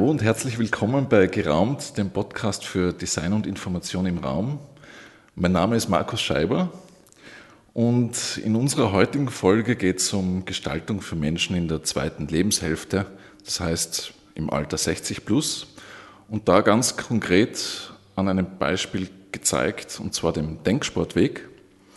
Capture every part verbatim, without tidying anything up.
Hallo und herzlich willkommen bei Geraumt, dem Podcast für Design und Information im Raum. Mein Name ist Markus Scheiber und in unserer heutigen Folge geht es um Gestaltung für Menschen in der zweiten Lebenshälfte, das heißt im Alter sechzig plus, und da ganz konkret an einem Beispiel gezeigt, und zwar dem Denksportweg.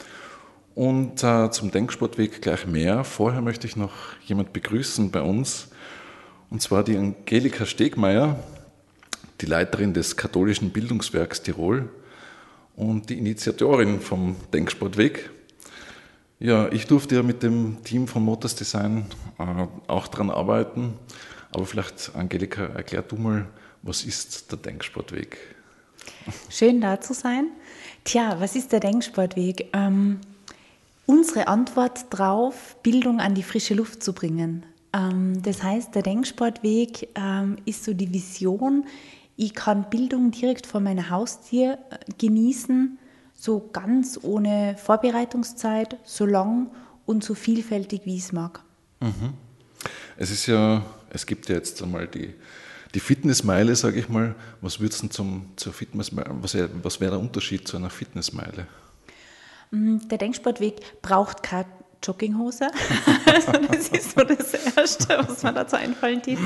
Und äh, zum Denksportweg gleich mehr. Vorher möchte ich noch jemand begrüßen bei uns, und zwar die Angelika Stegmeier, die Leiterin des Katholischen Bildungswerks Tirol und die Initiatorin vom Denksportweg. Ja, ich durfte ja mit dem Team von Motors Design äh, auch daran arbeiten, aber vielleicht, Angelika, erklär du mal, was ist der Denksportweg? Schön da zu sein. Tja, was ist der Denksportweg? Ähm, unsere Antwort drauf, Bildung an die frische Luft zu bringen. Ähm, das heißt, der Denksportweg ähm, ist so die Vision, ich kann Bildung direkt vor meiner Haustür genießen, so ganz ohne Vorbereitungszeit, so lang und so vielfältig, wie ich es mag. Mhm. Es ist ja, es gibt ja jetzt einmal die, die Fitnessmeile, sage ich mal. Was würdest du denn zum, zur Fitnessmeile, was, was wäre der Unterschied zu einer Fitnessmeile? Der Denksportweg braucht keine Jogginghose. Also das ist so das Erste, was mir dazu einfallen tut.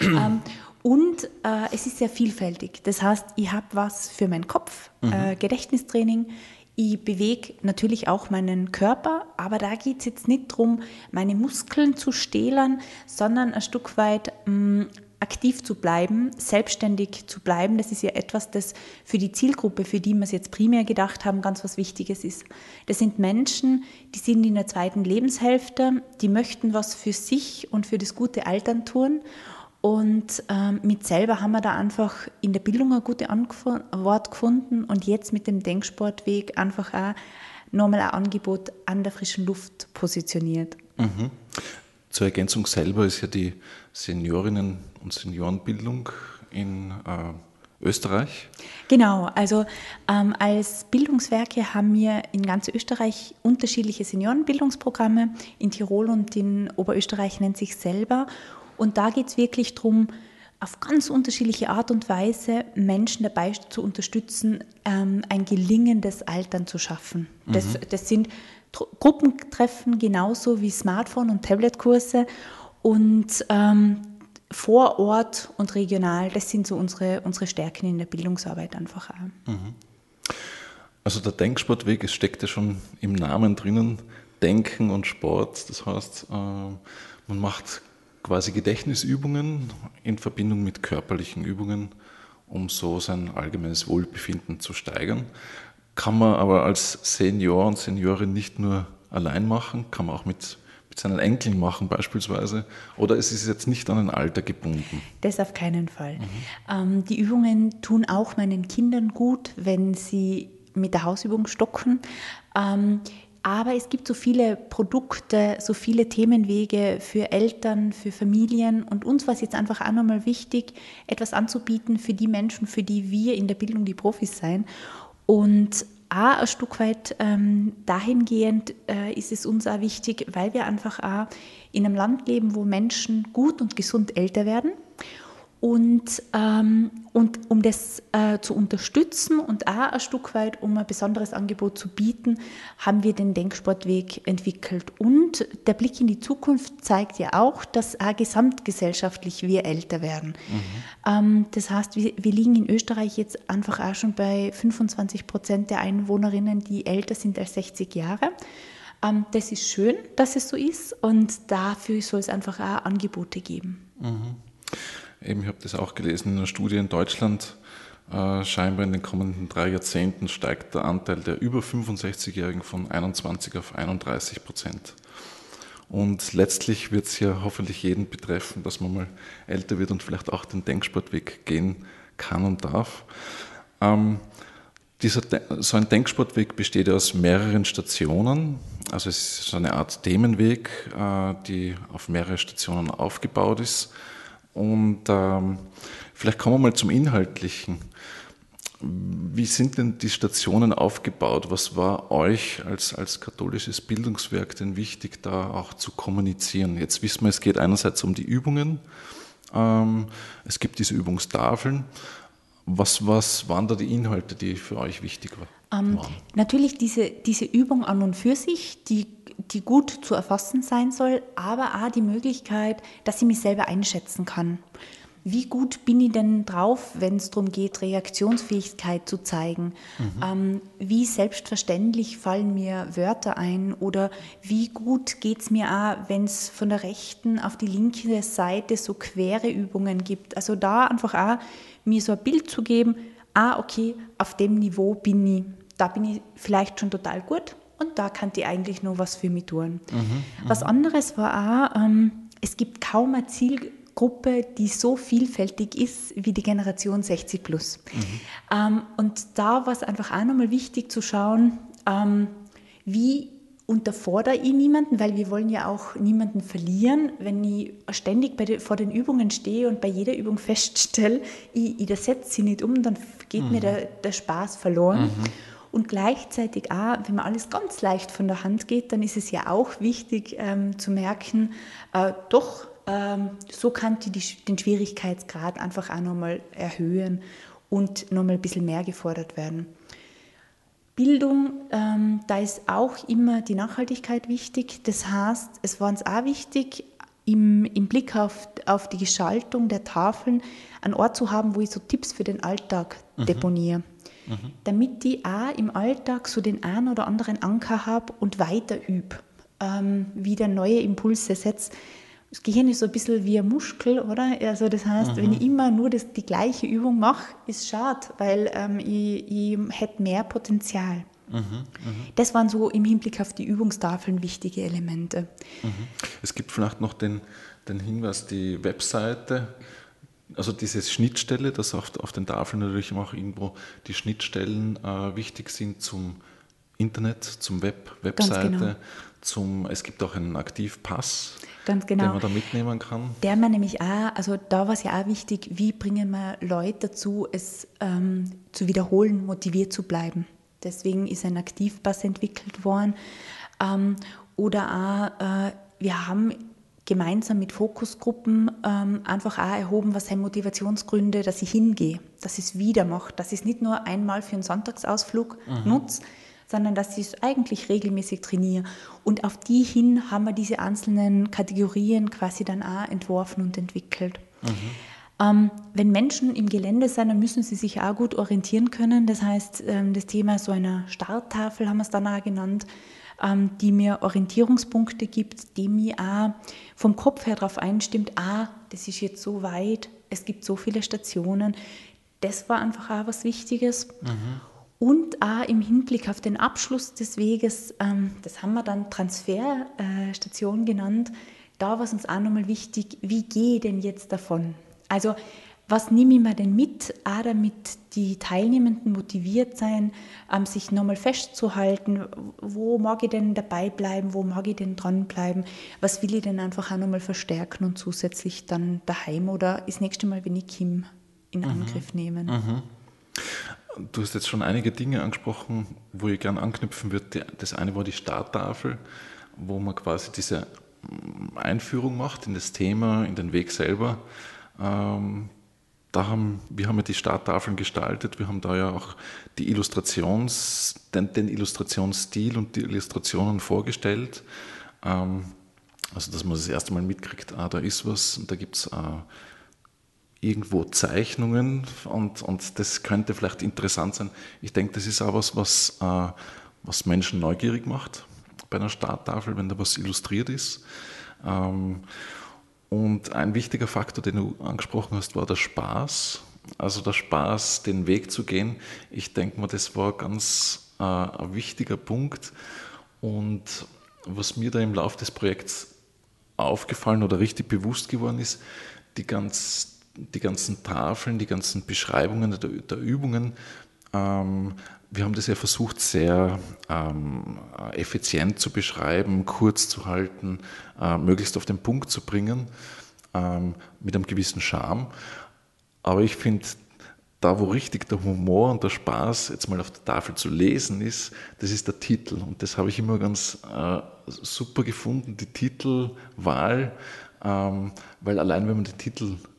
Und äh, es ist sehr vielfältig. Das heißt, ich habe was für meinen Kopf, mhm. äh, Gedächtnistraining. Ich bewege natürlich auch meinen Körper, aber da geht es jetzt nicht darum, meine Muskeln zu stählern, sondern ein Stück weit mh, aktiv zu bleiben, selbstständig zu bleiben. Das ist ja etwas, das für die Zielgruppe, für die wir es jetzt primär gedacht haben, ganz was Wichtiges ist. Das sind Menschen, die sind in der zweiten Lebenshälfte, die möchten was für sich und für das gute Altern tun. Und ähm, mit selber haben wir da einfach in der Bildung eine gute Antwort gefunden und jetzt mit dem Denksportweg einfach auch nochmal ein Angebot an der frischen Luft positioniert. Mhm. Zur Ergänzung selber ist ja die Seniorinnen- und Seniorenbildung in äh, Österreich. Genau, also ähm, als Bildungswerke haben wir in ganz Österreich unterschiedliche Seniorenbildungsprogramme. In Tirol und in Oberösterreich nennt sich selber. Und da geht es wirklich darum, auf ganz unterschiedliche Art und Weise Menschen dabei zu unterstützen, ähm, ein gelingendes Altern zu schaffen. Das, mhm. das sind Tr- Gruppentreffen genauso wie Smartphone- und Tabletkurse und ähm, vor Ort und regional, das sind so unsere, unsere Stärken in der Bildungsarbeit einfach auch. Mhm. Also der Denksportweg, es steckt ja schon im Namen drinnen, Denken und Sport. Das heißt, äh, man macht quasi Gedächtnisübungen in Verbindung mit körperlichen Übungen, um so sein allgemeines Wohlbefinden zu steigern. Kann man aber als Senior und Seniorin nicht nur allein machen, kann man auch mit, mit seinen Enkeln machen beispielsweise, oder es ist jetzt nicht an ein Alter gebunden? Das auf keinen Fall. Mhm. Ähm, die Übungen tun auch meinen Kindern gut, wenn sie mit der Hausübung stocken. Ähm, Aber es gibt so viele Produkte, so viele Themenwege für Eltern, für Familien. Und uns war es jetzt einfach auch nochmal wichtig, etwas anzubieten für die Menschen, für die wir in der Bildung die Profis sein. Und auch ein Stück weit ähm, dahingehend äh, ist es uns auch wichtig, weil wir einfach auch in einem Land leben, wo Menschen gut und gesund älter werden. Und, ähm, und um das äh, zu unterstützen und auch ein Stück weit, um ein besonderes Angebot zu bieten, haben wir den Denksportweg entwickelt. Und der Blick in die Zukunft zeigt ja auch, dass auch gesamtgesellschaftlich wir älter werden. Mhm. Ähm, das heißt, wir, wir liegen in Österreich jetzt einfach auch schon bei fünfundzwanzig Prozent der Einwohnerinnen, die älter sind als sechzig Jahre. Ähm, das ist schön, dass es so ist, und dafür soll es einfach auch Angebote geben. Mhm. Eben, ich habe das auch gelesen in einer Studie in Deutschland. Äh, scheinbar in den kommenden drei Jahrzehnten steigt der Anteil der über fünfundsechzigjährigen von einundzwanzig auf einunddreißig Prozent. Und letztlich wird es ja hoffentlich jeden betreffen, dass man mal älter wird und vielleicht auch den Denksportweg gehen kann und darf. Ähm, dieser, so ein Denksportweg besteht ja aus mehreren Stationen. Also es ist so eine Art Themenweg, äh, die auf mehrere Stationen aufgebaut ist. Und ähm, vielleicht kommen wir mal zum Inhaltlichen. Wie sind denn die Stationen aufgebaut? Was war euch als, als katholisches Bildungswerk denn wichtig, da auch zu kommunizieren? Jetzt wissen wir, es geht einerseits um die Übungen, Ähm, es gibt diese Übungstafeln. Was, was waren da die Inhalte, die für euch wichtig Ähm, waren? natürlich diese, diese Übung an und für sich, die, die gut zu erfassen sein soll, aber auch die Möglichkeit, dass ich mich selber einschätzen kann. Wie gut bin ich denn drauf, wenn es darum geht, Reaktionsfähigkeit zu zeigen? Mhm. Ähm, wie selbstverständlich fallen mir Wörter ein? Oder wie gut geht es mir auch, wenn es von der rechten auf die linke Seite so quere Übungen gibt? Also da einfach auch mir so ein Bild zu geben, ah, okay, auf dem Niveau bin ich. Da bin ich vielleicht schon total gut und da kann ich eigentlich nur was für mich tun. Mhm, was anderes war auch, ähm, es gibt kaum eine Zielgruppe, die so vielfältig ist wie die Generation sechzig plus. Mhm. Ähm, und da war es einfach auch nochmal wichtig zu schauen, ähm, wie unterfordere ich niemanden, weil wir wollen ja auch niemanden verlieren. Wenn ich ständig bei de, vor den Übungen stehe und bei jeder Übung feststelle, ich, ich setze sie nicht um, dann geht mhm. mir der, der Spaß verloren. Mhm. Und gleichzeitig auch, wenn man alles ganz leicht von der Hand geht, dann ist es ja auch wichtig ähm, zu merken, äh, doch, ähm, so kann ich die, den Schwierigkeitsgrad einfach auch nochmal erhöhen und nochmal ein bisschen mehr gefordert werden. Bildung, ähm, da ist auch immer die Nachhaltigkeit wichtig. Das heißt, es war uns auch wichtig, im, im Blick auf, auf die Gestaltung der Tafeln einen Ort zu haben, wo ich so Tipps für den Alltag mhm. deponiere. Mhm. Damit ich auch im Alltag so den einen oder anderen Anker habe und weiter übe, ähm, wieder neue Impulse setze. Das Gehirn ist so ein bisschen wie ein Muskel, oder? Also das heißt, mhm. wenn ich immer nur das, die gleiche Übung mache, ist schade, weil ähm, ich, ich hätte mehr Potenzial. Mhm, mh. Das waren so im Hinblick auf die Übungstafeln wichtige Elemente. Mhm. Es gibt vielleicht noch den, den Hinweis, die Webseite, also diese Schnittstelle, dass auf, auf den Tafeln natürlich auch irgendwo die Schnittstellen äh, wichtig sind zum Internet, zum Web, Webseite, genau. zum, es gibt auch einen Aktivpass. Ganz genau. Den man da mitnehmen kann. Der man nämlich auch, also da war es ja auch wichtig, wie bringen wir Leute dazu, es ähm, zu wiederholen, motiviert zu bleiben. Deswegen ist ein Aktivpass entwickelt worden. Ähm, oder auch, äh, wir haben gemeinsam mit Fokusgruppen ähm, einfach auch erhoben, was sind Motivationsgründe, dass ich hingehe, dass ich es wieder mache, dass ich es nicht nur einmal für einen Sonntagsausflug mhm. nutze, sondern dass ich es eigentlich regelmäßig trainiere. Und auf die hin haben wir diese einzelnen Kategorien quasi dann auch entworfen und entwickelt. Mhm. Ähm, wenn Menschen im Gelände sind, dann müssen sie sich auch gut orientieren können. Das heißt, ähm, das Thema so einer Starttafel haben wir es dann auch genannt, ähm, die mir Orientierungspunkte gibt, die mich auch vom Kopf her darauf einstimmt, ah, das ist jetzt so weit, es gibt so viele Stationen. Das war einfach auch was Wichtiges. Mhm. Und auch im Hinblick auf den Abschluss des Weges, ähm, das haben wir dann Transferstation äh, genannt, da war es uns auch nochmal wichtig, wie gehe ich denn jetzt davon? Also was nehme ich mir denn mit, auch damit die Teilnehmenden motiviert sein, ähm, sich nochmal festzuhalten, wo mag ich denn dabei bleiben, wo mag ich denn dranbleiben, was will ich denn einfach auch nochmal verstärken und zusätzlich dann daheim oder das nächste Mal, wenn ich Kim in mhm. Angriff nehmen. Mhm. Du hast jetzt schon einige Dinge angesprochen, wo ich gerne anknüpfen würde. Das eine war die Starttafel, wo man quasi diese Einführung macht in das Thema, in den Weg selber. Ähm, da haben, wir haben ja die Starttafeln gestaltet, wir haben da ja auch die Illustrations, den, den Illustrationsstil und die Illustrationen vorgestellt. Ähm, also dass man das erste Mal mitkriegt, ah, da ist was und da gibt es äh, irgendwo Zeichnungen und, und das könnte vielleicht interessant sein. Ich denke, das ist auch was, was, äh, was Menschen neugierig macht bei einer Starttafel, wenn da was illustriert ist. Ähm, und ein wichtiger Faktor, den du angesprochen hast, war der Spaß. Also der Spaß, den Weg zu gehen. Ich denke mal, das war ganz äh, ein wichtiger Punkt. Und was mir da im Laufe des Projekts aufgefallen oder richtig bewusst geworden ist, die ganz die ganzen Tafeln, die ganzen Beschreibungen der, der Übungen, ähm, wir haben das ja versucht, sehr ähm, effizient zu beschreiben, kurz zu halten, äh, möglichst auf den Punkt zu bringen, ähm, mit einem gewissen Charme. Aber ich finde, da wo richtig der Humor und der Spaß jetzt mal auf der Tafel zu lesen ist, das ist der Titel. Und das habe ich immer ganz äh, super gefunden, die Titelwahl, ähm, weil allein wenn man den Titel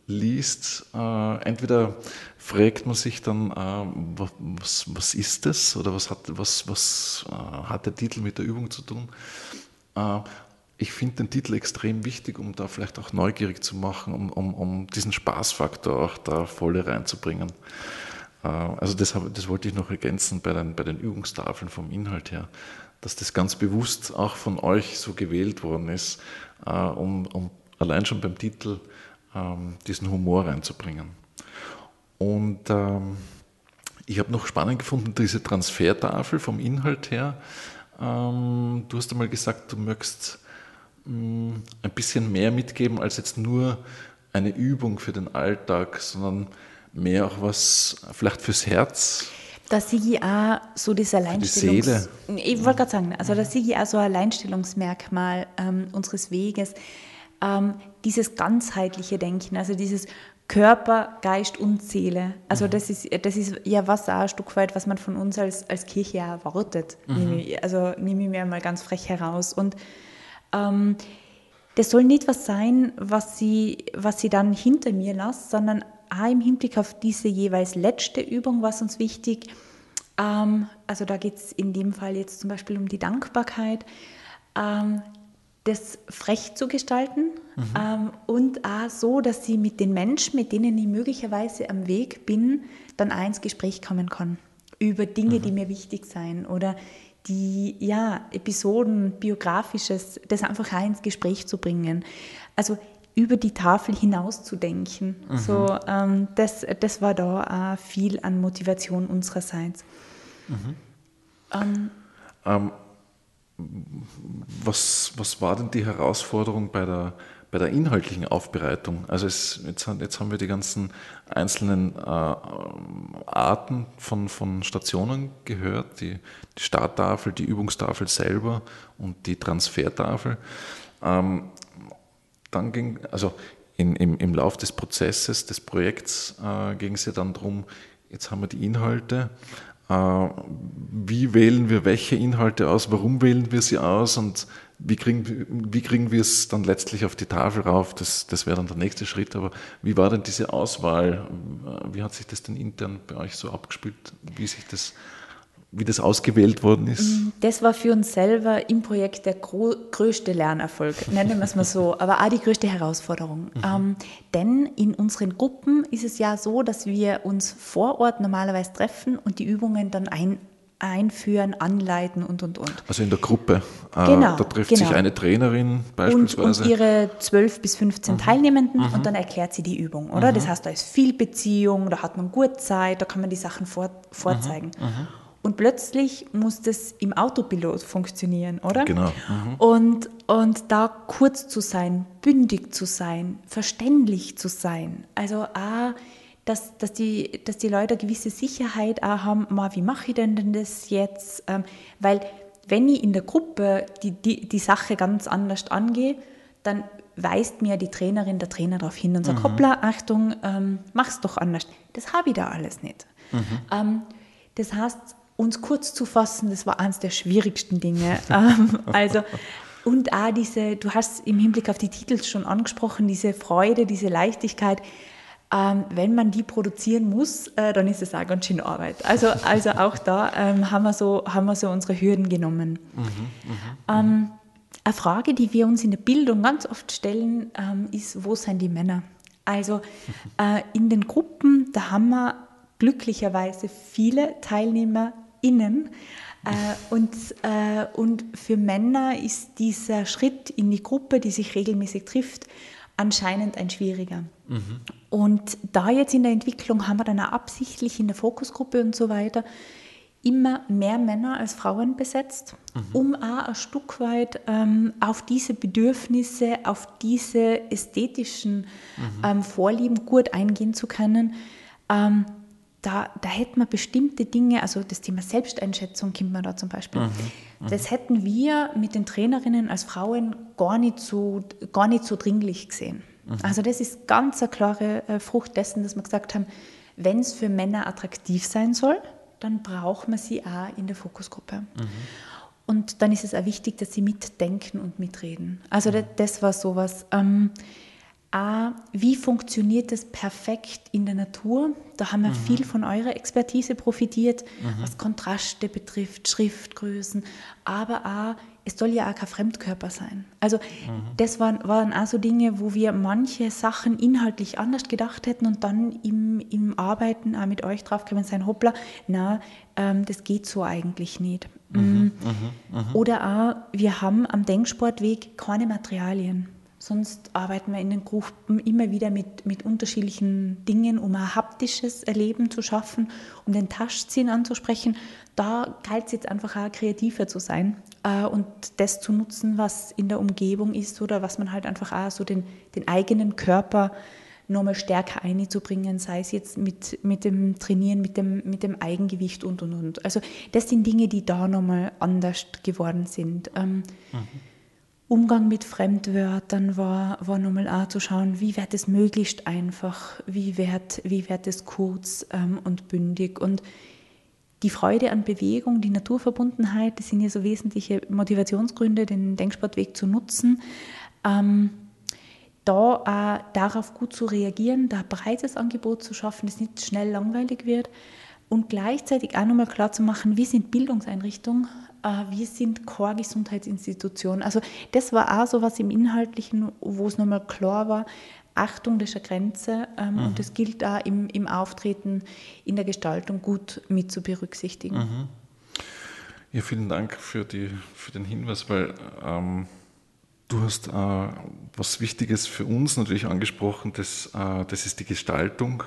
liest, äh, entweder fragt man sich dann, äh, was, was ist das oder was hat, was, was äh, hat der Titel mit der Übung zu tun? Äh, ich finde den Titel extrem wichtig, um da vielleicht auch neugierig zu machen, um, um, um diesen Spaßfaktor auch da voll reinzubringen. Äh, also das, hab, das wollte ich noch ergänzen bei den, bei den Übungstafeln vom Inhalt her, dass das ganz bewusst auch von euch so gewählt worden ist, äh, um, um allein schon beim Titel ähm, diesen Humor reinzubringen. Und ähm, ich habe noch spannend gefunden, diese Transfertafel vom Inhalt her. Ähm, du hast einmal gesagt, du möchtest mh, ein bisschen mehr mitgeben als jetzt nur eine Übung für den Alltag, sondern mehr auch was vielleicht fürs Herz. Da sehe ich auch so das Alleinstellungs... Die Seele. Ich wollte gerade sagen, also da sehe ich auch so ein Alleinstellungsmerkmal ähm, unseres Weges, ähm, dieses ganzheitliche Denken, also dieses Körper, Geist und Seele. Also mhm. das ist, das ist ja was auch ein Stück weit, was man von uns als, als Kirche auch erwartet. Mhm. Nehme ich, also nehme ich mir mal ganz frech heraus. Und ähm, das soll nicht was sein, was sie, was sie dann hinter mir lässt, sondern auch im Hinblick auf diese jeweils letzte Übung war es uns wichtig. Ähm, also da geht es in dem Fall jetzt zum Beispiel um die Dankbarkeit, ähm, das frech zu gestalten mhm. ähm, und auch so, dass sie mit den Menschen, mit denen ich möglicherweise am Weg bin, dann auch ins Gespräch kommen kann über Dinge, mhm. die mir wichtig sein oder die, ja, Episoden, Biografisches, das einfach auch ins Gespräch zu bringen. Also über die Tafel hinaus zu denken. Mhm. So, ähm, das, das war da auch viel an Motivation unsererseits. Mhm. Ähm, ähm, was, was war denn die Herausforderung bei der, bei der inhaltlichen Aufbereitung? Also es, jetzt, jetzt haben wir die ganzen einzelnen äh, Arten von, von Stationen gehört, die, die Starttafel, die Übungstafel selber und die Transfertafel. Ähm, Dann ging, also in, im, im Lauf des Prozesses, des Projekts, äh, ging es ja dann darum, jetzt haben wir die Inhalte, äh, wie wählen wir welche Inhalte aus, warum wählen wir sie aus und wie kriegen, wie kriegen wir es dann letztlich auf die Tafel rauf, das, das wäre dann der nächste Schritt, aber wie war denn diese Auswahl, wie hat sich das denn intern bei euch so abgespielt, wie sich das wie das ausgewählt worden ist? Das war für uns selber im Projekt der gro- größte Lernerfolg, nennen wir es mal so, aber auch die größte Herausforderung. Mhm. Ähm, denn in unseren Gruppen ist es ja so, dass wir uns vor Ort normalerweise treffen und die Übungen dann ein, einführen, anleiten und, und, und. Also in der Gruppe. Genau, da trifft genau. sich eine Trainerin beispielsweise. Und, und ihre zwölf bis fünfzehn mhm. Teilnehmenden mhm. und dann erklärt sie die Übung, oder? Mhm. Das heißt, da ist viel Beziehung, da hat man gut Zeit, da kann man die Sachen vor, vorzeigen. Mhm. Mhm. Und plötzlich muss das im Autopilot funktionieren, oder? Genau. Mhm. Und, und da kurz zu sein, bündig zu sein, verständlich zu sein. Also auch, dass, dass, die, dass die Leute eine gewisse Sicherheit auch haben, mal, wie mache ich denn, denn das jetzt? Ähm, weil wenn ich in der Gruppe die, die, die Sache ganz anders angehe, dann weist mir die Trainerin, der Trainer darauf hin und sagt, mhm. hoppla, Achtung, ähm, mach's doch anders. Das habe ich da alles nicht. Mhm. Ähm, das heißt, uns kurz zu fassen, das war eines der schwierigsten Dinge. ähm, also, und auch diese, du hast im Hinblick auf die Titel schon angesprochen, diese Freude, diese Leichtigkeit. Ähm, wenn man die produzieren muss, äh, dann ist es auch ganz schön Arbeit. Also, also auch da ähm, haben, wir so, haben wir so unsere Hürden genommen. Mhm, mh, ähm, mh. Eine Frage, die wir uns in der Bildung ganz oft stellen, ähm, ist, wo sind die Männer? Also äh, in den Gruppen, da haben wir glücklicherweise viele TeilnehmerInnen. Äh, und, äh, und für Männer ist dieser Schritt in die Gruppe, die sich regelmäßig trifft, anscheinend ein schwieriger. Mhm. Und da jetzt in der Entwicklung haben wir dann auch absichtlich in der Fokusgruppe und so weiter immer mehr Männer als Frauen besetzt, mhm. um auch ein Stück weit ähm, auf diese Bedürfnisse, auf diese ästhetischen mhm. ähm, Vorlieben gut eingehen zu können. Ähm, Da, da hätten wir bestimmte Dinge, also das Thema Selbsteinschätzung kommt man da zum Beispiel, mhm, mh. das hätten wir mit den Trainerinnen als Frauen gar nicht so, gar nicht so dringlich gesehen. Mhm. Also das ist ganz eine klare Frucht dessen, dass wir gesagt haben, wenn es für Männer attraktiv sein soll, dann braucht man sie auch in der Fokusgruppe. Mhm. Und dann ist es auch wichtig, dass sie mitdenken und mitreden. Also mhm. das, das war sowas. Ähm, A, wie funktioniert das perfekt in der Natur? Da haben wir mhm. viel von eurer Expertise profitiert, mhm. was Kontraste betrifft, Schriftgrößen, aber A, es soll ja auch kein Fremdkörper sein. Also mhm. das waren, waren auch so Dinge, wo wir manche Sachen inhaltlich anders gedacht hätten und dann im, im Arbeiten auch mit euch draufgekommen sein, hoppla, na, ähm, das geht so eigentlich nicht. Mhm. Mhm. Mhm. Oder auch, wir haben am Denksportweg keine Materialien. Sonst arbeiten wir in den Gruppen immer wieder mit, mit unterschiedlichen Dingen, um ein haptisches Erleben zu schaffen, um den Tastsinn anzusprechen. Da galt es jetzt einfach auch kreativer zu sein äh, und das zu nutzen, was in der Umgebung ist oder was man halt einfach auch so den, den eigenen Körper nochmal stärker einzubringen, sei es jetzt mit, mit dem Trainieren, mit dem, mit dem Eigengewicht und, und, und. Also das sind Dinge, die da nochmal anders geworden sind. Ähm, mhm. Umgang mit Fremdwörtern war, war nochmal auch zu schauen, wie wird es möglichst einfach, wie wird, wie wird es kurz ähm, und bündig. Und die Freude an Bewegung, die Naturverbundenheit, das sind ja so wesentliche Motivationsgründe, den Denksportweg zu nutzen. Ähm, da äh, darauf gut zu reagieren, da ein breites Angebot zu schaffen, das nicht schnell langweilig wird und gleichzeitig auch nochmal klar zu machen, wir sind Bildungseinrichtung, äh, wir sind keine Gesundheitsinstitution. Also das war auch so was im Inhaltlichen, wo es nochmal klar war, Achtung, das ist eine Grenze ähm, mhm. und das gilt auch im, im Auftreten, in der Gestaltung gut mit zu berücksichtigen. Mhm. Ja, vielen Dank für, die, für den Hinweis, weil ähm, du hast äh, was Wichtiges für uns natürlich angesprochen, das, äh, das ist die Gestaltung.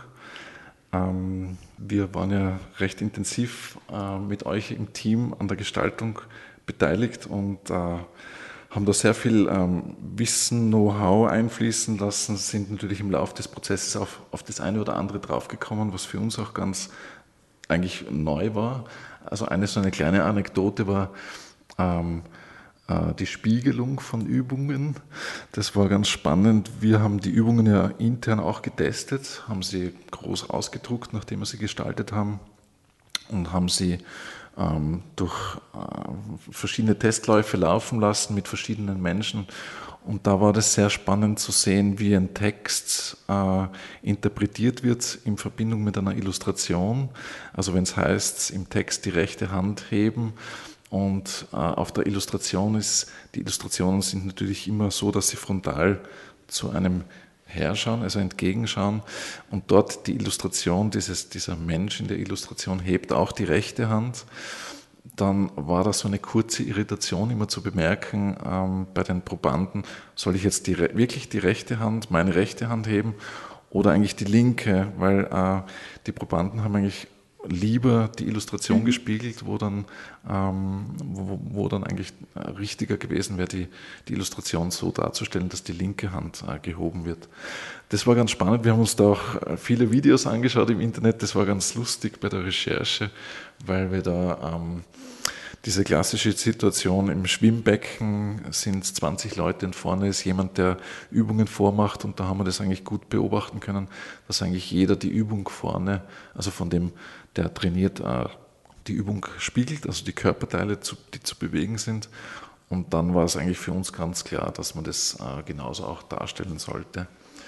Ähm, wir waren ja recht intensiv äh, mit euch im Team an der Gestaltung beteiligt und äh, haben da sehr viel ähm, Wissen, Know-how einfließen lassen, sind natürlich im Laufe des Prozesses auf, auf das eine oder andere draufgekommen, was für uns auch ganz eigentlich neu war. Also eine so eine kleine Anekdote war, ähm, die Spiegelung von Übungen. Das war ganz spannend. Wir haben die Übungen ja intern auch getestet, haben sie groß ausgedruckt, nachdem wir sie gestaltet haben und haben sie ähm, durch äh, verschiedene Testläufe laufen lassen mit verschiedenen Menschen. Und da war das sehr spannend zu sehen, wie ein Text äh, interpretiert wird in Verbindung mit einer Illustration. Also wenn es heißt, im Text die rechte Hand heben, und äh, auf der Illustration ist, die Illustrationen sind natürlich immer so, dass sie frontal zu einem herschauen, also entgegenschauen. Und dort die Illustration, dieses, dieser Mensch in der Illustration hebt auch die rechte Hand. Dann war da so eine kurze Irritation immer zu bemerken ähm, bei den Probanden, soll ich jetzt die, wirklich die rechte Hand, meine rechte Hand heben oder eigentlich die linke, weil äh, die Probanden haben eigentlich lieber die Illustration mhm. gespiegelt, wo dann, ähm, wo, wo dann eigentlich richtiger gewesen wäre, die, die Illustration so darzustellen, dass die linke Hand äh, gehoben wird. Das war ganz spannend. Wir haben uns da auch viele Videos angeschaut im Internet. Das war ganz lustig bei der Recherche, weil wir da ähm, diese klassische Situation im Schwimmbecken sind zwanzig Leute und vorne ist jemand, der Übungen vormacht und da haben wir das eigentlich gut beobachten können, dass eigentlich jeder die Übung vorne, also von dem, der trainiert, die Übung spiegelt, also die Körperteile, die zu bewegen sind. Und dann war es eigentlich für uns ganz klar, dass man das genauso auch darstellen sollte.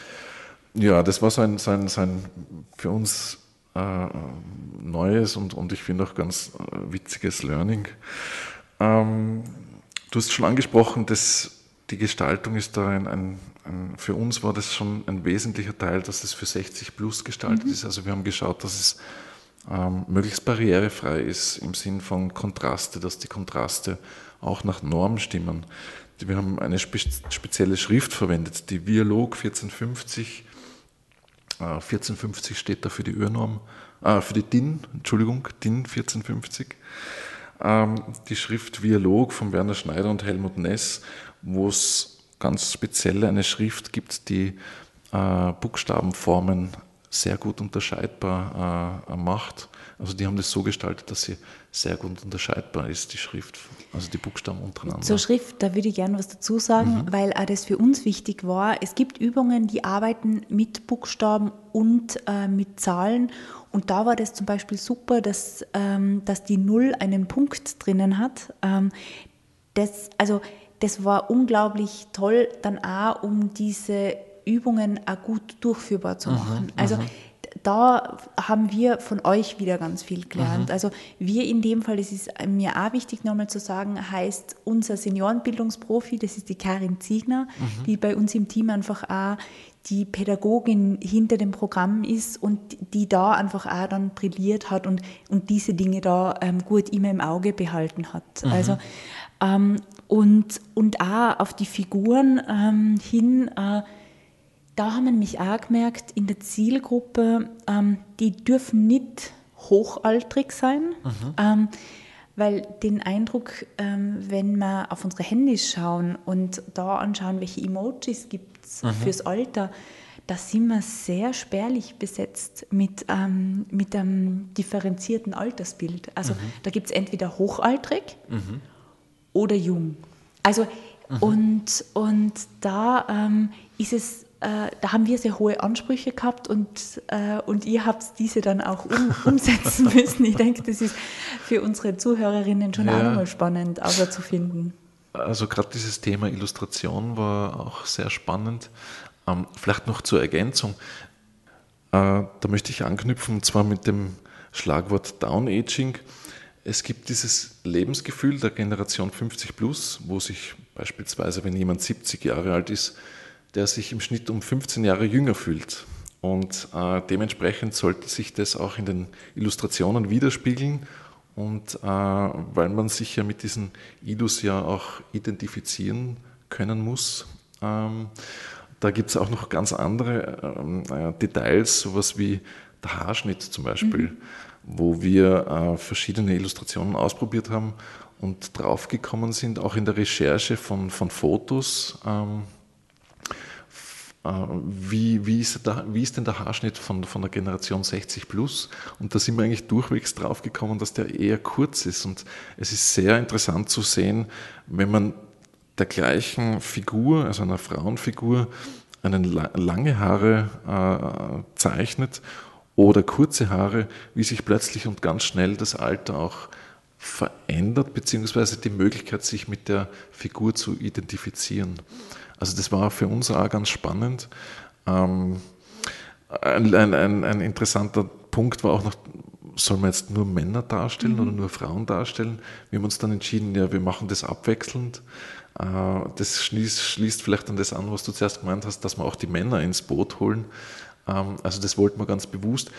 Ja, das war so ein, so ein, so ein für uns äh, neues und, und ich finde auch ganz äh, witziges Learning. Ähm, du hast schon angesprochen, dass die Gestaltung ist da ein, ein, ein, für uns war das schon ein wesentlicher Teil, dass es für sechzig plus gestaltet mhm. ist. Also wir haben geschaut, dass es ähm, möglichst barrierefrei ist im Sinn von Kontraste, dass die Kontraste auch nach Norm stimmen. Wir haben eine spe- spezielle Schrift verwendet, die Vialog vierzehnhundertfünfzig. vierzehnhundertfünfzig steht da für die Urnorm, äh, für die D I N, Entschuldigung, D I N vierzehnhundertfünfzig. Ähm, die Schrift Vialog von Werner Schneider und Helmut Ness, wo es ganz speziell eine Schrift gibt, die äh, Buchstabenformen sehr gut unterscheidbar äh, macht. Also die haben das so gestaltet, dass sie sehr gut unterscheidbar ist, die Schrift, also die Buchstaben untereinander. Zur Schrift, da würde ich gerne was dazu sagen, mhm. weil auch das für uns wichtig war. Es gibt Übungen, die arbeiten mit Buchstaben und äh, mit Zahlen. Und da war das zum Beispiel super, dass, ähm, dass die Null einen Punkt drinnen hat. Ähm, das, also, das war unglaublich toll, dann auch um diese Übungen auch gut durchführbar zu machen. Mhm, also da haben wir von euch wieder ganz viel gelernt. Mhm. Also wir in dem Fall, das ist mir auch wichtig nochmal zu sagen, heißt unser Seniorenbildungsprofi, das ist die Karin Ziegner, Mhm. die bei uns im Team einfach auch die Pädagogin hinter dem Programm ist und die da einfach auch dann brilliert hat und, und diese Dinge da ähm, gut immer im Auge behalten hat. Mhm. Also ähm, und, und auch auf die Figuren ähm, hin, äh, da haben wir mich auch gemerkt, in der Zielgruppe, ähm, die dürfen nicht hochaltrig sein, Mhm. ähm, weil den Eindruck, ähm, wenn wir auf unsere Handys schauen und da anschauen, welche Emojis gibt es Mhm. fürs Alter, da sind wir sehr spärlich besetzt mit, ähm, mit einem differenzierten Altersbild. Also Mhm. da gibt es entweder hochaltrig Mhm. oder jung. Also Mhm. und, und da ähm, ist es, äh, da haben wir sehr hohe Ansprüche gehabt und, äh, und ihr habt diese dann auch um, umsetzen müssen. Ich denke, das ist für unsere Zuhörerinnen schon Ja. auch nochmal spannend, aber zu finden. Also gerade dieses Thema Illustration war auch sehr spannend. Ähm, vielleicht noch zur Ergänzung. Äh, da möchte ich anknüpfen, und zwar mit dem Schlagwort Down-Aging. Es gibt dieses Lebensgefühl der Generation fünfzig plus, wo sich beispielsweise, wenn jemand siebzig Jahre alt ist, der sich im Schnitt um fünfzehn Jahre jünger fühlt. Und äh, dementsprechend sollte sich das auch in den Illustrationen widerspiegeln. Und äh, weil man sich ja mit diesen Illus ja auch identifizieren können muss, ähm, da gibt es auch noch ganz andere ähm, äh, Details, sowas wie der Haarschnitt zum Beispiel, mhm. wo wir äh, verschiedene Illustrationen ausprobiert haben und draufgekommen sind, auch in der Recherche von, von Fotos, ähm, Wie, wie, ist der, wie ist denn der Haarschnitt von, von der Generation sechzig plus? Und da sind wir eigentlich durchwegs drauf gekommen, dass der eher kurz ist. Und es ist sehr interessant zu sehen, wenn man der gleichen Figur, also einer Frauenfigur, einen, lange Haare äh, zeichnet oder kurze Haare, wie sich plötzlich und ganz schnell das Alter auch verändert, beziehungsweise die Möglichkeit, sich mit der Figur zu identifizieren. Also das war für uns auch ganz spannend. Ähm, ein, ein, ein interessanter Punkt war auch noch, soll man jetzt nur Männer darstellen mhm. oder nur Frauen darstellen? Wir haben uns dann entschieden, ja, wir machen das abwechselnd. Äh, das schließt, schließt vielleicht an das an, was du zuerst gemeint hast, dass wir auch die Männer ins Boot holen. Ähm, also das wollten wir ganz bewusst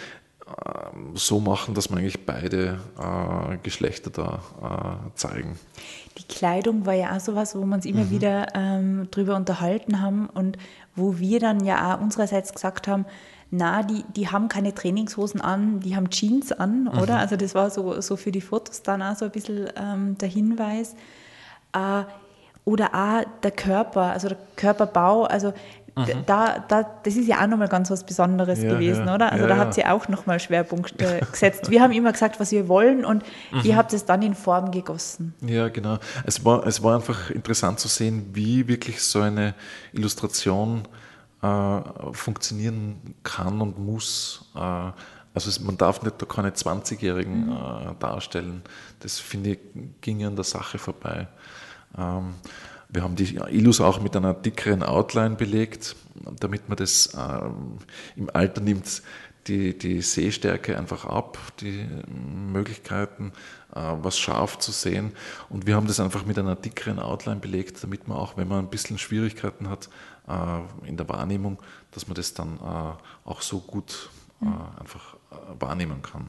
so machen, dass wir eigentlich beide äh, Geschlechter da äh, zeigen. Die Kleidung war ja auch sowas, wo wir uns immer mhm. wieder ähm, drüber unterhalten haben und wo wir dann ja auch unsererseits gesagt haben, na, die, die haben keine Trainingshosen an, die haben Jeans an, mhm. oder? Also das war so, so für die Fotos dann auch so ein bisschen ähm, der Hinweis. Äh, oder auch der Körper, also der Körperbau, also Mhm. Da, da, das ist ja auch nochmal ganz was Besonderes ja, gewesen, ja. oder? Also ja, da habt ihr auch nochmal Schwerpunkte gesetzt. Wir haben immer gesagt, was wir wollen und mhm. ihr habt es dann in Form gegossen. Ja, genau. Es war, es war einfach interessant zu sehen, wie wirklich so eine Illustration äh, funktionieren kann und muss. Äh, also es, man darf nicht da keine zwanzigjährigen mhm. äh, darstellen. Das, finde ich, ging an der Sache vorbei. Ähm, Wir haben die Illus auch mit einer dickeren Outline belegt, damit man das ähm, im Alter nimmt die, die Sehstärke einfach ab, die Möglichkeiten, äh, was scharf zu sehen. Und wir haben das einfach mit einer dickeren Outline belegt, damit man auch, wenn man ein bisschen Schwierigkeiten hat äh, in der Wahrnehmung, dass man das dann äh, auch so gut äh, einfach äh, wahrnehmen kann.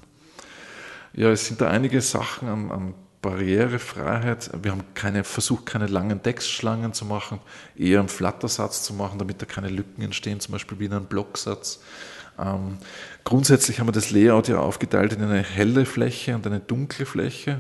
Ja, es sind da einige Sachen an, an Barrierefreiheit. Wir haben keine, versucht, keine langen Textschlangen zu machen, eher einen Flattersatz zu machen, damit da keine Lücken entstehen, zum Beispiel wie in einem Blocksatz. Ähm, grundsätzlich haben wir das Layout ja aufgeteilt in eine helle Fläche und eine dunkle Fläche.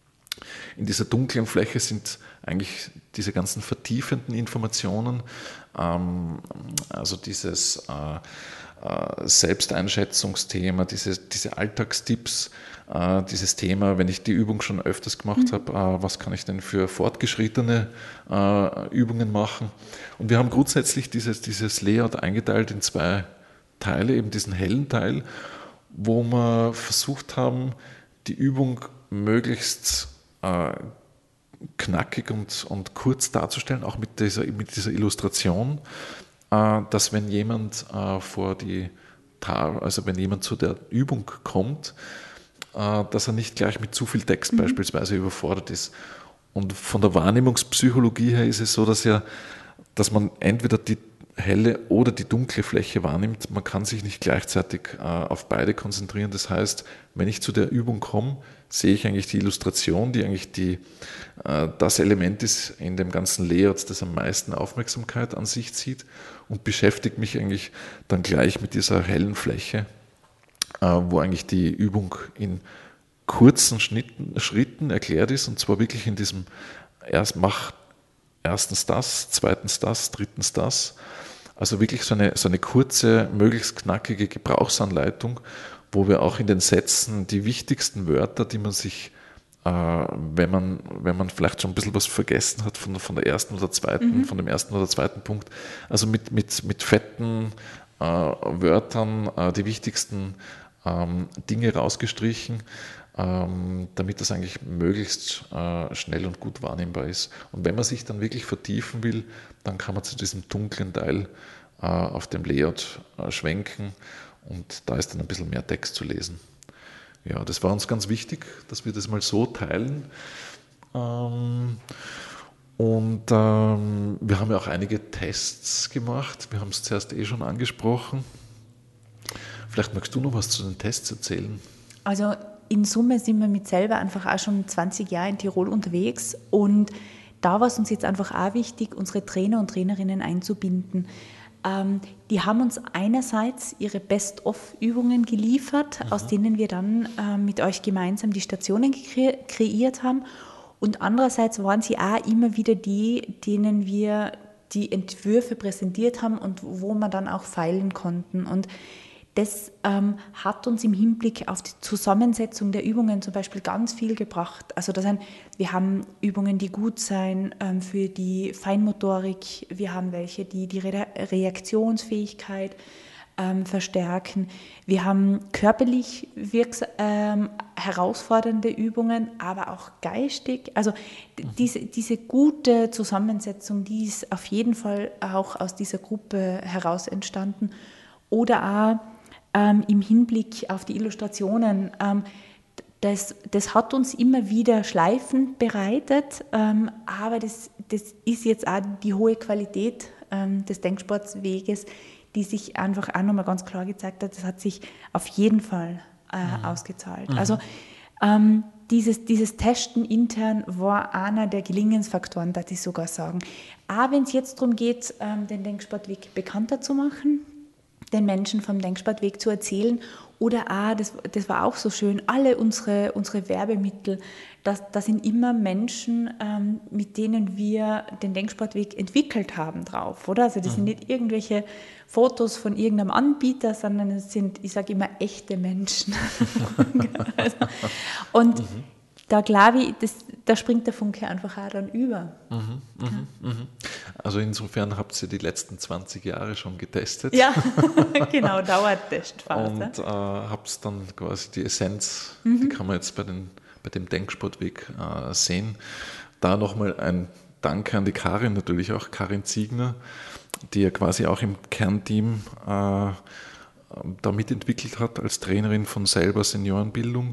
In dieser dunklen Fläche sind eigentlich diese ganzen vertiefenden Informationen, ähm, also dieses äh, äh, Selbsteinschätzungsthema, diese, diese Alltagstipps, äh, dieses Thema, wenn ich die Übung schon öfters gemacht mhm. habe, äh, was kann ich denn für fortgeschrittene äh, Übungen machen? Und wir haben grundsätzlich dieses, dieses Layout eingeteilt in zwei Teile, eben diesen hellen Teil, wo wir versucht haben, die Übung möglichst äh, knackig und, und kurz darzustellen, auch mit dieser, mit dieser Illustration. äh, dass wenn jemand äh, vor die also wenn jemand zu der Übung kommt, dass er nicht gleich mit zu viel Text mhm. beispielsweise überfordert ist. Und von der Wahrnehmungspsychologie her ist es so, dass ja, dass man entweder die helle oder die dunkle Fläche wahrnimmt. Man kann sich nicht gleichzeitig äh, auf beide konzentrieren. Das heißt, wenn ich zu der Übung komme, sehe ich eigentlich die Illustration, die eigentlich die, äh, das Element ist in dem ganzen Layout, das am meisten Aufmerksamkeit an sich zieht, und beschäftige mich eigentlich dann gleich mit dieser hellen Fläche, äh, wo eigentlich die Übung in kurzen Schnitten, Schritten erklärt ist, und zwar wirklich in diesem erst mach erstens das, zweitens das, drittens das. Also wirklich so eine, so eine kurze, möglichst knackige Gebrauchsanleitung, wo wir auch in den Sätzen die wichtigsten Wörter, die man sich, äh, wenn man, wenn man vielleicht schon ein bisschen was vergessen hat von, von der ersten oder zweiten, mhm. von dem ersten oder zweiten Punkt, also mit, mit, mit fetten äh, Wörtern äh, die wichtigsten ähm, Dinge rausgestrichen, ähm, damit das eigentlich möglichst äh, schnell und gut wahrnehmbar ist. Und wenn man sich dann wirklich vertiefen will, dann kann man zu diesem dunklen Teil äh, auf dem Layout äh, schwenken, und da ist dann ein bisschen mehr Text zu lesen. Ja, das war uns ganz wichtig, dass wir das mal so teilen. Ähm, und ähm, wir haben ja auch einige Tests gemacht. Wir haben es zuerst eh schon angesprochen. Vielleicht magst du noch was zu den Tests erzählen? Also in Summe sind wir mit selber einfach auch schon zwanzig Jahre in Tirol unterwegs, und da war es uns jetzt einfach auch wichtig, unsere Trainer und Trainerinnen einzubinden. Ähm, die haben uns einerseits ihre Best-of-Übungen geliefert, mhm. aus denen wir dann äh, mit euch gemeinsam die Stationen kre- kreiert haben, und andererseits waren sie auch immer wieder die, denen wir die Entwürfe präsentiert haben und wo wir dann auch feilen konnten. Und das ähm, hat uns im Hinblick auf die Zusammensetzung der Übungen zum Beispiel ganz viel gebracht. Also das sind, wir haben Übungen, die gut sein ähm, für die Feinmotorik, wir haben welche, die die Re- Reaktionsfähigkeit ähm, verstärken. Wir haben körperlich wirks- ähm, herausfordernde Übungen, aber auch geistig. Also diese, diese gute Zusammensetzung, die ist auf jeden Fall auch aus dieser Gruppe heraus entstanden. Oder auch ähm, im Hinblick auf die Illustrationen. Ähm, das, das hat uns immer wieder Schleifen bereitet, ähm, aber das, das ist jetzt auch die hohe Qualität ähm, des Denksportweges, die sich einfach auch nochmal ganz klar gezeigt hat. Das hat sich auf jeden Fall äh, mhm. ausgezahlt. Mhm. Also ähm, dieses, dieses Testen intern war einer der Gelingensfaktoren, darf ich sogar sagen. Auch wenn es jetzt darum geht, ähm, den Denksportweg bekannter zu machen, den Menschen vom Denksportweg zu erzählen, oder auch, das, das war auch so schön, alle unsere, unsere Werbemittel, das, das sind immer Menschen, ähm, mit denen wir den Denksportweg entwickelt haben drauf, oder? Also das mhm. sind nicht irgendwelche Fotos von irgendeinem Anbieter, sondern es sind, ich sage immer, echte Menschen. also, und mhm. da glaube ich, das, da springt der Funke einfach auch dann über. Mhm, mh, ja. mh. Also insofern habt ihr die letzten zwanzig Jahre schon getestet. Ja, genau, Dauertestphase. Und äh, habt dann quasi die Essenz, mhm. die kann man jetzt bei, den, bei dem Denksportweg äh, sehen. Da nochmal ein Danke an die Karin, natürlich auch Karin Ziegner, die ja quasi auch im Kernteam äh, da mitentwickelt hat als Trainerin von selber Seniorenbildung.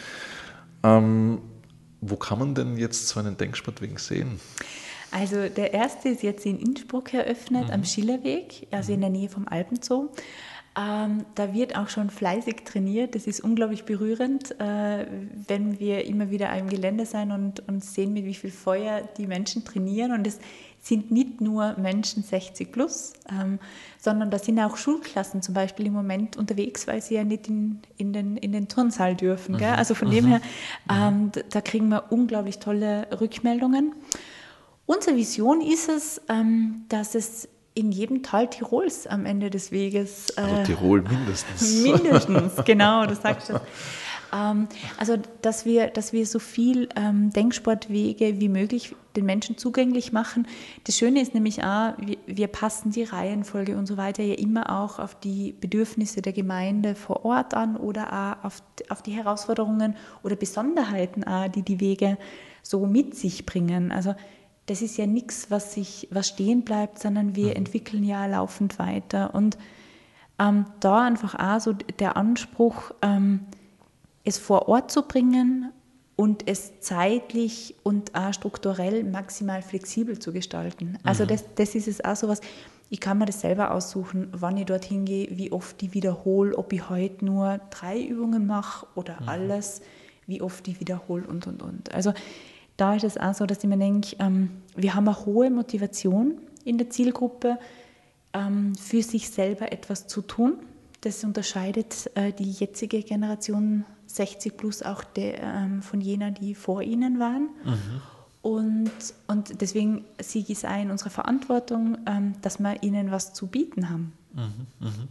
Ähm, wo kann man denn jetzt so einen Denksportweg sehen? Also der erste ist jetzt in Innsbruck eröffnet, mhm. am Schillerweg, also in der Nähe vom Alpenzoo. Ähm, da wird auch schon fleißig trainiert. Das ist unglaublich berührend, äh, wenn wir immer wieder im Gelände sein und, und sehen, mit wie viel Feuer die Menschen trainieren. Und es sind nicht nur Menschen sechzig plus, ähm, sondern da sind auch Schulklassen zum Beispiel im Moment unterwegs, weil sie ja nicht in, in, den, in den Turnsaal dürfen. Gell? Also von mhm. dem her, ähm, da, da kriegen wir unglaublich tolle Rückmeldungen. Unsere Vision ist es, ähm, dass es in jedem Tal Tirols am Ende des Weges... Äh, also Tirol mindestens. Mindestens, genau, du sagst das. Ähm, also, dass wir, dass wir so viel ähm, Denksportwege wie möglich den Menschen zugänglich machen. Das Schöne ist nämlich auch, wir, wir passen die Reihenfolge und so weiter ja immer auch auf die Bedürfnisse der Gemeinde vor Ort an oder auch auf, auf die Herausforderungen oder Besonderheiten auch, die die Wege so mit sich bringen. Also das ist ja nichts, was sich, was stehen bleibt, sondern wir mhm. entwickeln ja laufend weiter. Und ähm, da einfach auch so der Anspruch, ähm, es vor Ort zu bringen und es zeitlich und auch strukturell maximal flexibel zu gestalten. Also mhm. das, das ist es auch so was, ich kann mir das selber aussuchen, wann ich dorthin gehe, wie oft ich wiederhole, ob ich heute nur drei Übungen mache oder mhm. alles, wie oft ich wiederhole und, und, und. Also da ist es auch so, dass ich mir denke, ähm, wir haben eine hohe Motivation in der Zielgruppe, ähm, für sich selber etwas zu tun. Das unterscheidet äh, die jetzige Generation sechzig plus auch de, ähm, von jener, die vor ihnen waren. Mhm. Und, und deswegen sehe ich es auch in unserer Verantwortung, ähm, dass wir ihnen was zu bieten haben. Mhm. Mhm.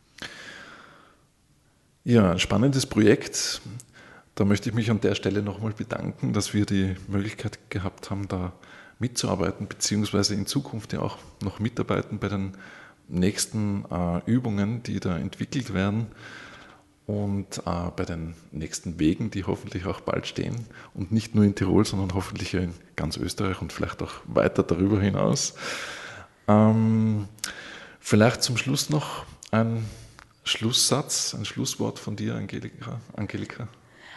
Ja, ein spannendes Projekt. Da möchte ich mich an der Stelle nochmal bedanken, dass wir die Möglichkeit gehabt haben, da mitzuarbeiten, beziehungsweise in Zukunft ja auch noch mitarbeiten bei den nächsten äh, Übungen, die da entwickelt werden und äh, bei den nächsten Wegen, die hoffentlich auch bald stehen und nicht nur in Tirol, sondern hoffentlich in ganz Österreich und vielleicht auch weiter darüber hinaus. Ähm, vielleicht zum Schluss noch ein Schlusssatz, ein Schlusswort von dir, Angelika. Angelika.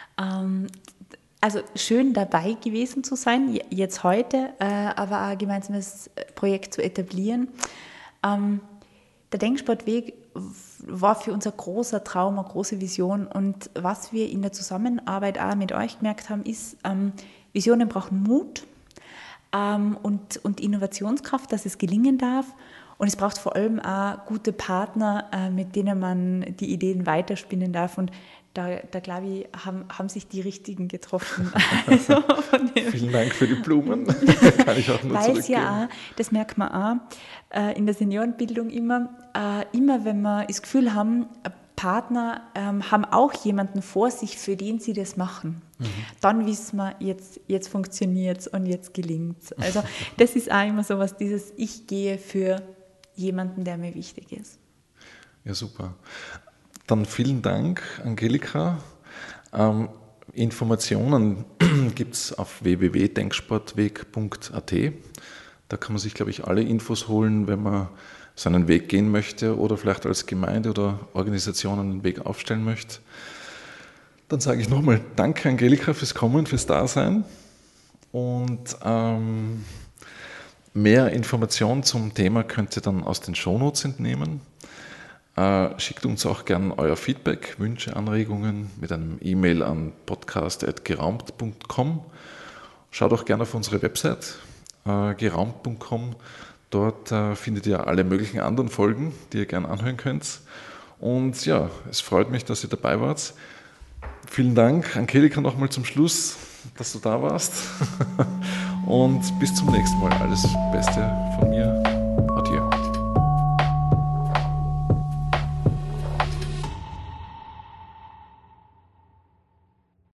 Also schön dabei gewesen zu sein, jetzt heute, aber ein gemeinsames Projekt zu etablieren. Der Denksportweg war für uns ein großer Traum, eine große Vision. Und was wir in der Zusammenarbeit auch mit euch gemerkt haben, ist, Visionen brauchen Mut und, und Innovationskraft, dass es gelingen darf. Und es braucht vor allem auch gute Partner, mit denen man die Ideen weiterspinnen darf. Und Da, da glaube ich, haben, haben sich die Richtigen getroffen. Also Vielen Dank für die Blumen. Kann ich auch nur Weil zurückgeben. es ja auch, das merkt man auch in der Seniorenbildung immer, immer wenn wir das Gefühl haben, Partner haben auch jemanden vor sich, für den sie das machen. Mhm. Dann wissen wir, jetzt, jetzt funktioniert es und jetzt gelingt es. Also das ist auch immer so was, dieses Ich gehe für jemanden, der mir wichtig ist. Ja, super. Dann vielen Dank, Angelika. Ähm, Informationen gibt es auf w w w punkt denksportweg punkt a t. Da kann man sich, glaube ich, alle Infos holen, wenn man seinen Weg gehen möchte oder vielleicht als Gemeinde oder Organisation einen Weg aufstellen möchte. Dann sage ich nochmal Danke, Angelika, fürs Kommen, fürs Dasein. Und ähm, mehr Informationen zum Thema könnt ihr dann aus den Shownotes entnehmen. Äh, schickt uns auch gerne euer Feedback, Wünsche, Anregungen mit einem E-Mail an podcast at geraumt punkt com. Schaut auch gerne auf unsere Website äh, geraumt punkt com. Dort äh, findet ihr alle möglichen anderen Folgen, die ihr gerne anhören könnt. Und ja, es freut mich, dass ihr dabei wart. Vielen Dank, Angelika, nochmal zum Schluss, dass du da warst. Und bis zum nächsten Mal. Alles Beste von mir.